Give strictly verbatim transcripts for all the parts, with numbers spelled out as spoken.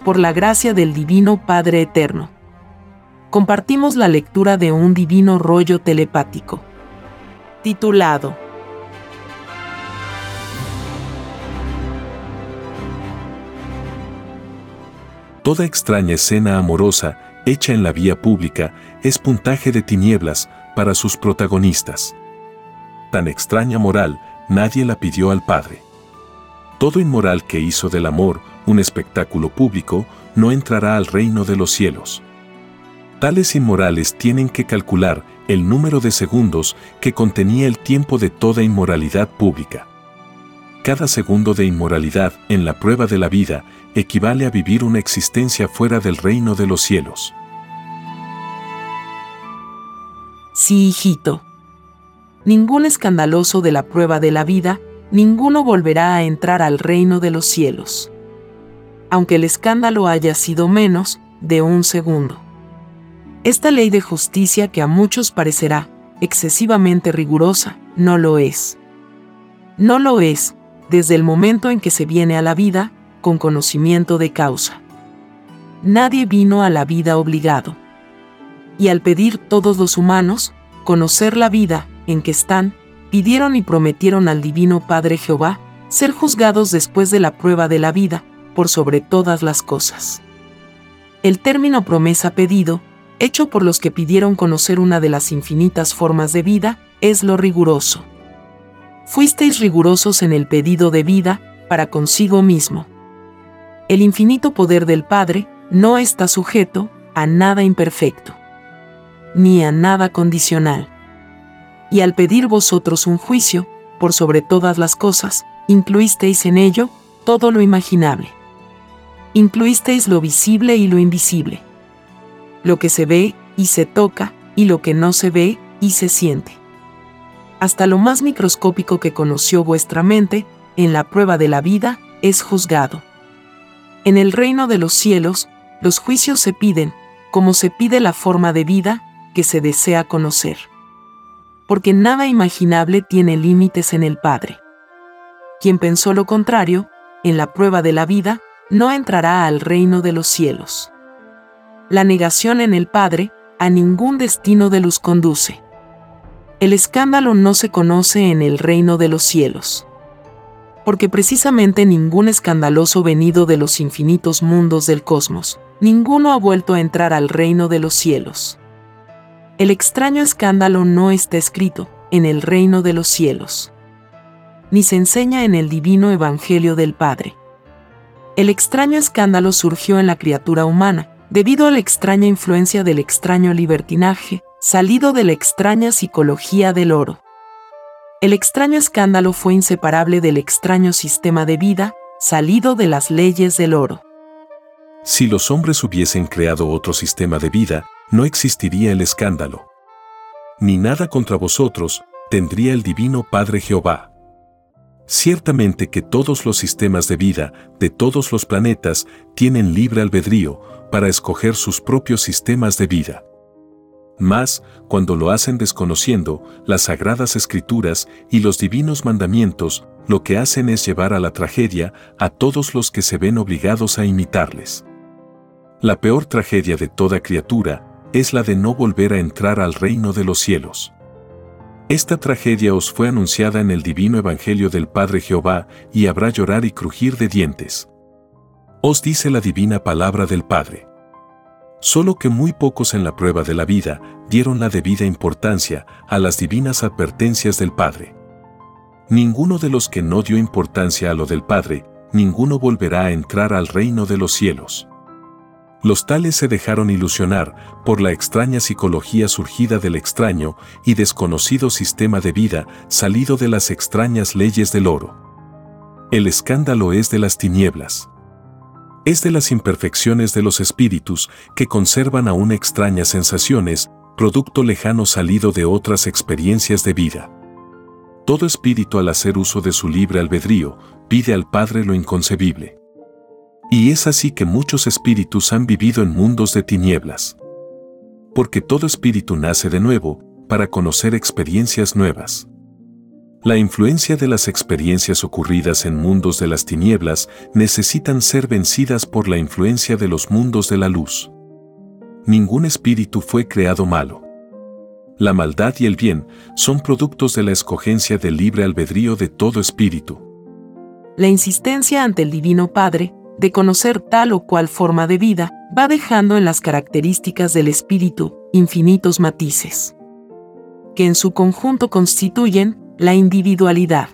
por la gracia del Divino Padre Eterno. Compartimos la lectura de un divino rollo telepático, titulado Toda extraña escena amorosa, hecha en la vía pública, es puntaje de tinieblas para sus protagonistas. Tan extraña moral, nadie la pidió al Padre. Todo inmoral que hizo del amor un espectáculo público, no entrará al reino de los cielos. Tales inmorales tienen que calcular el número de segundos que contenía el tiempo de toda inmoralidad pública. Cada segundo de inmoralidad en la prueba de la vida equivale a vivir una existencia fuera del reino de los cielos. Sí, hijito. Ningún escandaloso de la prueba de la vida, ninguno volverá a entrar al reino de los cielos. Aunque el escándalo haya sido menos de un segundo. Esta ley de justicia que a muchos parecerá excesivamente rigurosa, no lo es. No lo es, desde el momento en que se viene a la vida, con conocimiento de causa. Nadie vino a la vida obligado. Y al pedir todos los humanos, conocer la vida en que están, pidieron y prometieron al Divino Padre Jehová, ser juzgados después de la prueba de la vida, por sobre todas las cosas. El término promesa pedido, hecho por los que pidieron conocer una de las infinitas formas de vida, es lo riguroso. Fuisteis rigurosos en el pedido de vida, para consigo mismo. El infinito poder del Padre no está sujeto a nada imperfecto, ni a nada condicional. Y al pedir vosotros un juicio, por sobre todas las cosas, incluisteis en ello todo lo imaginable. Incluisteis lo visible y lo invisible. Lo que se ve y se toca, y lo que no se ve y se siente. Hasta lo más microscópico que conoció vuestra mente, en la prueba de la vida, es juzgado. En el reino de los cielos, los juicios se piden, como se pide la forma de vida que se desea conocer. Porque nada imaginable tiene límites en el Padre. Quien pensó lo contrario, en la prueba de la vida, no entrará al reino de los cielos. La negación en el Padre, a ningún destino de luz conduce. El escándalo no se conoce en el reino de los cielos. Porque precisamente ningún escandaloso venido de los infinitos mundos del cosmos, ninguno ha vuelto a entrar al reino de los cielos. El extraño escándalo no está escrito en el reino de los cielos, ni se enseña en el divino evangelio del Padre. El extraño escándalo surgió en la criatura humana, debido a la extraña influencia del extraño libertinaje, salido de la extraña psicología del oro. El extraño escándalo fue inseparable del extraño sistema de vida, salido de las leyes del oro. Si los hombres hubiesen creado otro sistema de vida, no existiría el escándalo. Ni nada contra vosotros tendría el Divino Padre Jehová. Ciertamente que todos los sistemas de vida, de todos los planetas, tienen libre albedrío para escoger sus propios sistemas de vida. Mas, cuando lo hacen desconociendo las sagradas escrituras y los divinos mandamientos, lo que hacen es llevar a la tragedia a todos los que se ven obligados a imitarles. La peor tragedia de toda criatura es la de no volver a entrar al reino de los cielos. Esta tragedia os fue anunciada en el divino evangelio del Padre Jehová, y habrá llorar y crujir de dientes. Os dice la divina palabra del Padre. Solo que muy pocos en la prueba de la vida dieron la debida importancia a las divinas advertencias del Padre. Ninguno de los que no dio importancia a lo del Padre, ninguno volverá a entrar al reino de los cielos. Los tales se dejaron ilusionar por la extraña psicología surgida del extraño y desconocido sistema de vida salido de las extrañas leyes del oro. El escándalo es de las tinieblas. Es de las imperfecciones de los espíritus que conservan aún extrañas sensaciones, producto lejano salido de otras experiencias de vida. Todo espíritu, al hacer uso de su libre albedrío, pide al Padre lo inconcebible. Y es así que muchos espíritus han vivido en mundos de tinieblas. Porque todo espíritu nace de nuevo, para conocer experiencias nuevas. La influencia de las experiencias ocurridas en mundos de las tinieblas necesitan ser vencidas por la influencia de los mundos de la luz. Ningún espíritu fue creado malo. La maldad y el bien son productos de la escogencia del libre albedrío de todo espíritu. La insistencia ante el Divino Padre de conocer tal o cual forma de vida va dejando en las características del espíritu infinitos matices, que en su conjunto constituyen la individualidad.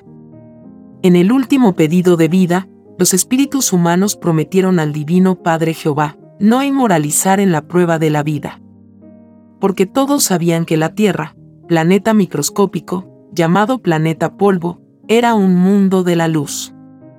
En el último pedido de vida, los espíritus humanos prometieron al Divino Padre Jehová no inmoralizar en la prueba de la vida. Porque todos sabían que la Tierra, planeta microscópico, llamado planeta polvo, era un mundo de la luz.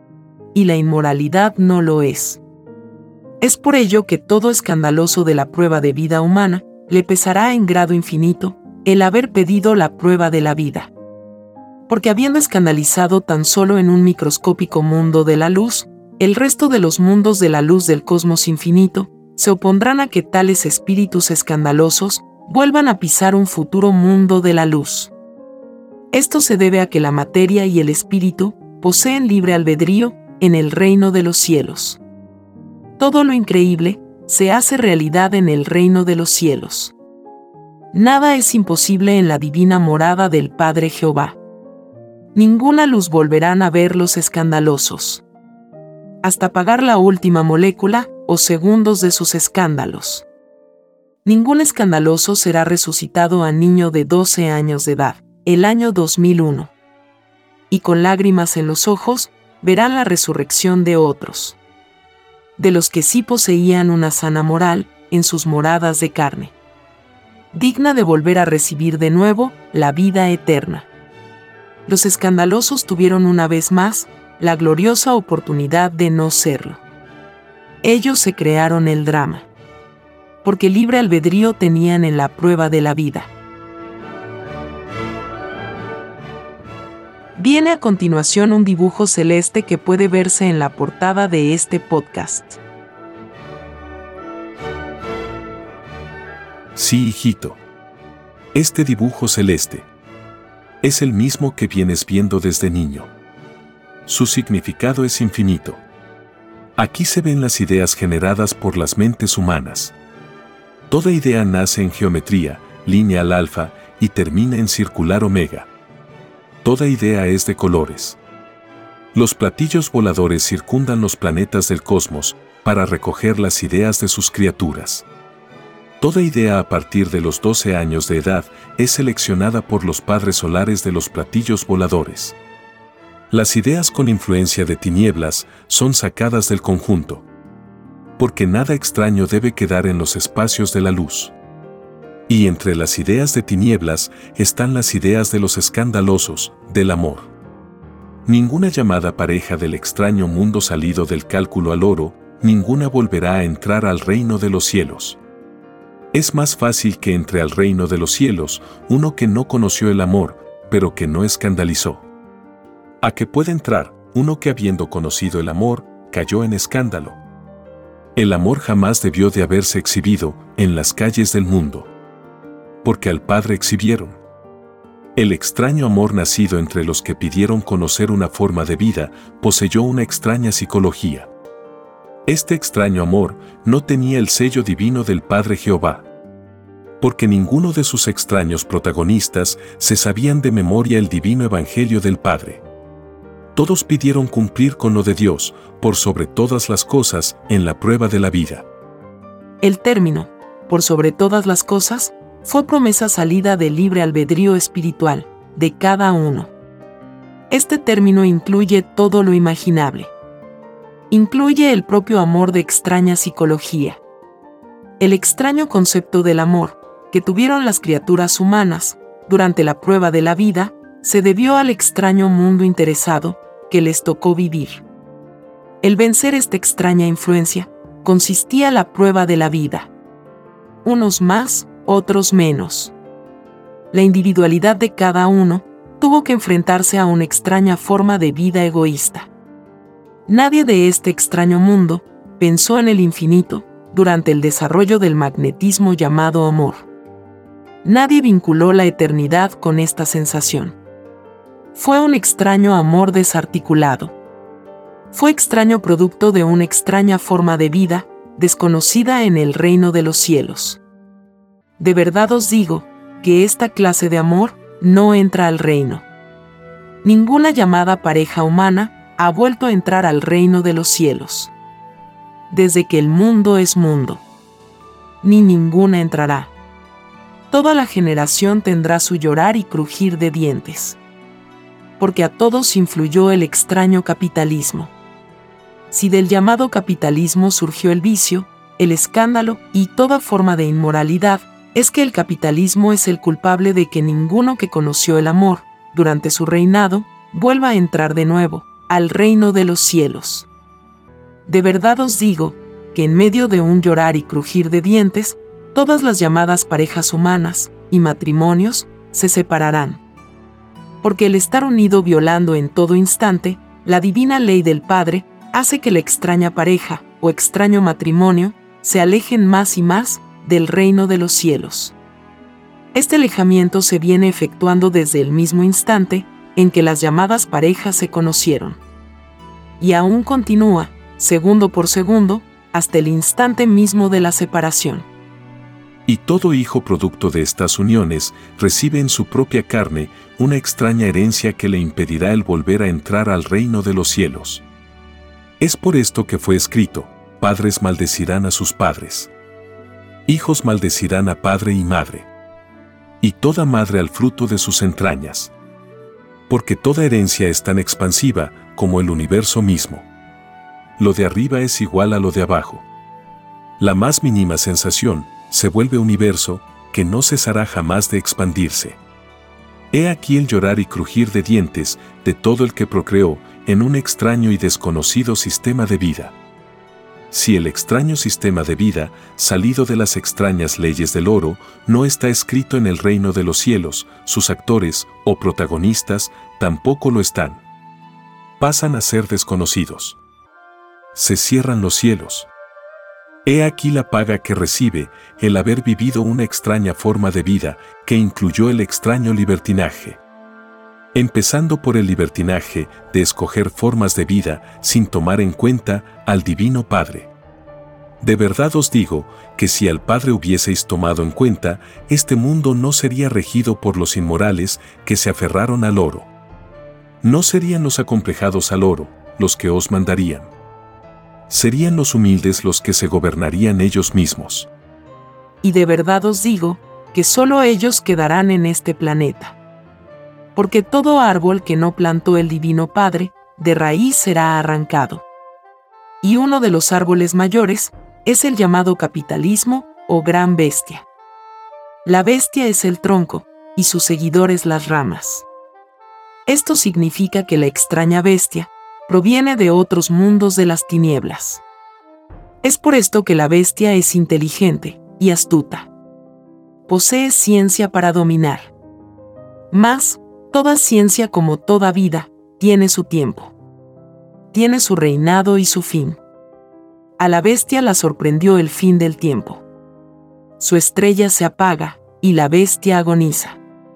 Y la inmoralidad no lo es. Es por ello que todo escandaloso de la prueba de vida humana le pesará en grado infinito el haber pedido la prueba de la vida. Porque habiendo escandalizado tan solo en un microscópico mundo de la luz, el resto de los mundos de la luz del cosmos infinito se opondrán a que tales espíritus escandalosos vuelvan a pisar un futuro mundo de la luz. Esto se debe a que la materia y el espíritu poseen libre albedrío en el reino de los cielos. Todo lo increíble se hace realidad en el reino de los cielos. Nada es imposible en la divina morada del Padre Jehová. Ninguna luz volverán a ver los escandalosos, hasta apagar la última molécula o segundos de sus escándalos. Ningún escandaloso será resucitado a niño de doce años de edad, el año dos mil uno. Y con lágrimas en los ojos, verán la resurrección de otros, de los que sí poseían una sana moral en sus moradas de carne, digna de volver a recibir de nuevo la vida eterna. Los escandalosos tuvieron una vez más la gloriosa oportunidad de no serlo. Ellos se crearon el drama, porque libre albedrío tenían en la prueba de la vida. Viene a continuación un dibujo celeste que puede verse en la portada de este podcast. Sí, hijito. Este dibujo celeste es el mismo que vienes viendo desde niño. Su significado es infinito. Aquí se ven las ideas generadas por las mentes humanas. Toda idea nace en geometría, lineal alfa, y termina en circular omega. Toda idea es de colores. Los platillos voladores circundan los planetas del cosmos para recoger las ideas de sus criaturas. Toda idea a partir de los doce años de edad es seleccionada por los padres solares de los platillos voladores. Las ideas con influencia de tinieblas son sacadas del conjunto, porque nada extraño debe quedar en los espacios de la luz. Y entre las ideas de tinieblas están las ideas de los escandalosos, del amor. Ninguna llamada pareja del extraño mundo salido del cálculo al oro, ninguna volverá a entrar al reino de los cielos. Es más fácil que entre al reino de los cielos uno que no conoció el amor, pero que no escandalizó, a que pueda entrar uno que habiendo conocido el amor, cayó en escándalo. El amor jamás debió de haberse exhibido en las calles del mundo, porque al Padre exhibieron. El extraño amor nacido entre los que pidieron conocer una forma de vida poseyó una extraña psicología. Este extraño amor no tenía el sello divino del Padre Jehová, porque ninguno de sus extraños protagonistas se sabían de memoria el divino evangelio del Padre. Todos pidieron cumplir con lo de Dios, por sobre todas las cosas, en la prueba de la vida. El término, por sobre todas las cosas, fue promesa salida del libre albedrío espiritual de cada uno. Este término incluye todo lo imaginable. Incluye el propio amor de extraña psicología. El extraño concepto del amor que tuvieron las criaturas humanas durante la prueba de la vida se debió al extraño mundo interesado que les tocó vivir. El vencer esta extraña influencia consistía en la prueba de la vida. Unos más, otros menos. La individualidad de cada uno tuvo que enfrentarse a una extraña forma de vida egoísta. Nadie de este extraño mundo pensó en el infinito durante el desarrollo del magnetismo llamado amor. Nadie vinculó la eternidad con esta sensación. Fue un extraño amor desarticulado. Fue extraño producto de una extraña forma de vida, desconocida en el reino de los cielos. De verdad os digo, que esta clase de amor no entra al reino. Ninguna llamada pareja humana ha vuelto a entrar al reino de los cielos. Desde que el mundo es mundo. Ni ninguna entrará. Toda la generación tendrá su llorar y crujir de dientes. Porque a todos influyó el extraño capitalismo. Si del llamado capitalismo surgió el vicio, el escándalo y toda forma de inmoralidad, es que el capitalismo es el culpable de que ninguno que conoció el amor, durante su reinado, vuelva a entrar de nuevo al reino de los cielos. De verdad os digo, que en medio de un llorar y crujir de dientes, todas las llamadas parejas humanas y matrimonios se separarán. Porque el estar unido violando en todo instante la divina ley del Padre hace que la extraña pareja o extraño matrimonio se alejen más y más del reino de los cielos. Este alejamiento se viene efectuando desde el mismo instante en que las llamadas parejas se conocieron. Y aún continúa, segundo por segundo, hasta el instante mismo de la separación. Y todo hijo producto de estas uniones recibe en su propia carne una extraña herencia que le impedirá el volver a entrar al reino de los cielos. Es por esto que fue escrito: padres maldecirán a sus padres. Hijos maldecirán a padre y madre. Y toda madre al fruto de sus entrañas. Porque toda herencia es tan expansiva como el universo mismo. Lo de arriba es igual a lo de abajo. La más mínima sensación se vuelve universo que no cesará jamás de expandirse. He aquí el llorar y crujir de dientes de todo el que procreó en un extraño y desconocido sistema de vida. Si el extraño sistema de vida, salido de las extrañas leyes del oro, no está escrito en el reino de los cielos, sus actores o protagonistas tampoco lo están. Pasan a ser desconocidos. Se cierran los cielos. He aquí la paga que recibe el haber vivido una extraña forma de vida que incluyó el extraño libertinaje. Empezando por el libertinaje de escoger formas de vida sin tomar en cuenta al Divino Padre. De verdad os digo que si al Padre hubieseis tomado en cuenta, este mundo no sería regido por los inmorales que se aferraron al oro. No serían los acomplejados al oro los que os mandarían. Serían los humildes los que se gobernarían ellos mismos. Y de verdad os digo que solo ellos quedarán en este planeta. Porque todo árbol que no plantó el Divino Padre, de raíz será arrancado. Y uno de los árboles mayores es el llamado capitalismo o gran bestia. La bestia es el tronco, y sus seguidores las ramas. Esto significa que la extraña bestia proviene de otros mundos de las tinieblas. Es por esto que la bestia es inteligente y astuta. Posee ciencia para dominar. Mas, toda ciencia, como toda vida, tiene su tiempo. Tiene su reinado y su fin. A la bestia la sorprendió el fin del tiempo. Su estrella se apaga y la bestia agoniza.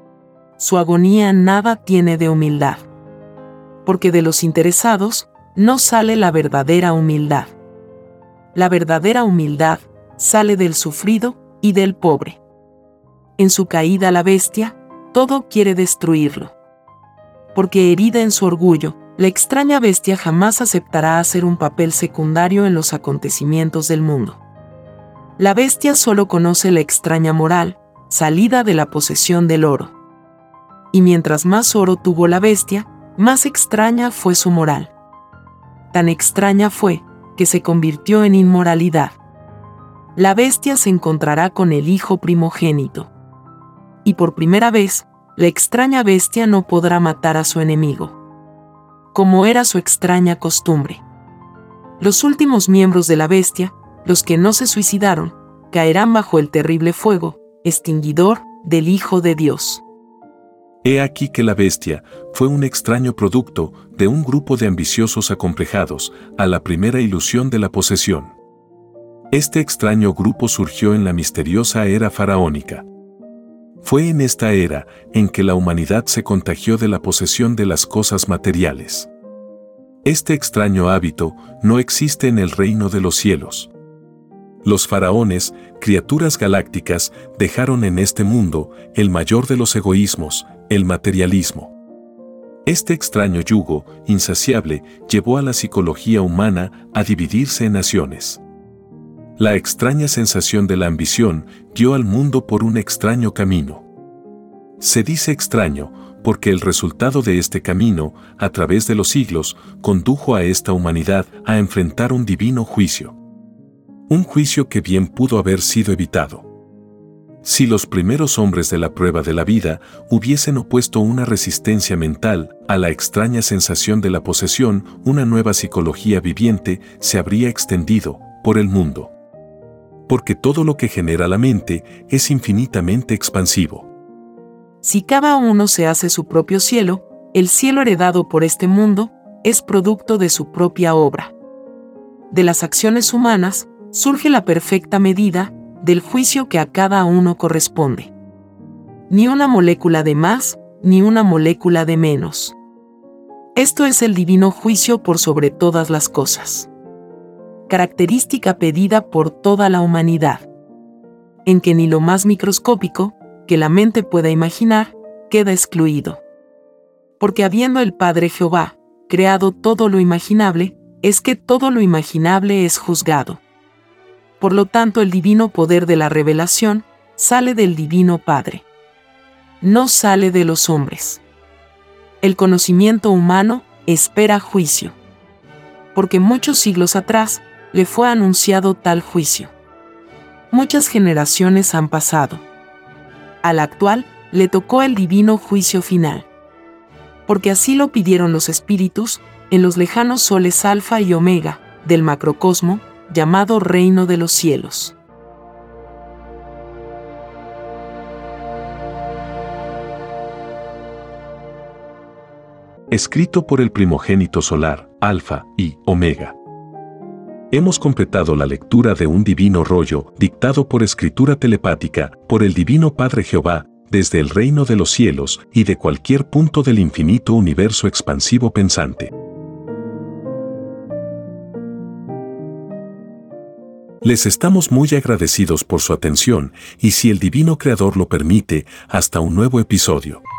Su agonía nada tiene de humildad. Porque de los interesados no sale la verdadera humildad. La verdadera humildad sale del sufrido y del pobre. En su caída la bestia, todo quiere destruirlo. Porque herida en su orgullo, la extraña bestia jamás aceptará hacer un papel secundario en los acontecimientos del mundo. La bestia solo conoce la extraña moral, salida de la posesión del oro. Y mientras más oro tuvo la bestia, más extraña fue su moral. Tan extraña fue, que se convirtió en inmoralidad. La bestia se encontrará con el hijo primogénito. Y por primera vez, la extraña bestia no podrá matar a su enemigo. Como era su extraña costumbre. Los últimos miembros de la bestia, los que no se suicidaron, caerán bajo el terrible fuego, extinguidor, del Hijo de Dios. He aquí que la bestia fue un extraño producto de un grupo de ambiciosos acomplejados a la primera ilusión de la posesión. Este extraño grupo surgió en la misteriosa era faraónica. Fue en esta era en que la humanidad se contagió de la posesión de las cosas materiales. Este extraño hábito no existe en el reino de los cielos. Los faraones, criaturas galácticas, dejaron en este mundo el mayor de los egoísmos, el materialismo. Este extraño yugo, insaciable, llevó a la psicología humana a dividirse en naciones. La extraña sensación de la ambición guió al mundo por un extraño camino. Se dice extraño porque el resultado de este camino, a través de los siglos, condujo a esta humanidad a enfrentar un divino juicio. Un juicio que bien pudo haber sido evitado. Si los primeros hombres de la prueba de la vida hubiesen opuesto una resistencia mental a la extraña sensación de la posesión, una nueva psicología viviente se habría extendido por el mundo. Porque todo lo que genera la mente es infinitamente expansivo. Si cada uno se hace su propio cielo, el cielo heredado por este mundo es producto de su propia obra. De las acciones humanas surge la perfecta medida del juicio que a cada uno corresponde. Ni una molécula de más, ni una molécula de menos. Esto es el divino juicio por sobre todas las cosas. Característica pedida por toda la humanidad. En que ni lo más microscópico que la mente pueda imaginar queda excluido. Porque habiendo el Padre Jehová creado todo lo imaginable, es que todo lo imaginable es juzgado. Por lo tanto, el divino poder de la revelación sale del Divino Padre. No sale de los hombres. El conocimiento humano espera juicio. Porque muchos siglos atrás le fue anunciado tal juicio. Muchas generaciones han pasado. Al actual le tocó el divino juicio final. Porque así lo pidieron los espíritus en los lejanos soles Alfa y Omega del macrocosmo, llamado reino de los cielos. Escrito por el primogénito solar, Alfa y Omega. Hemos completado la lectura de un divino rollo, dictado por escritura telepática, por el Divino Padre Jehová, desde el reino de los cielos y de cualquier punto del infinito universo expansivo pensante. Les estamos muy agradecidos por su atención y, si el Divino Creador lo permite, hasta un nuevo episodio.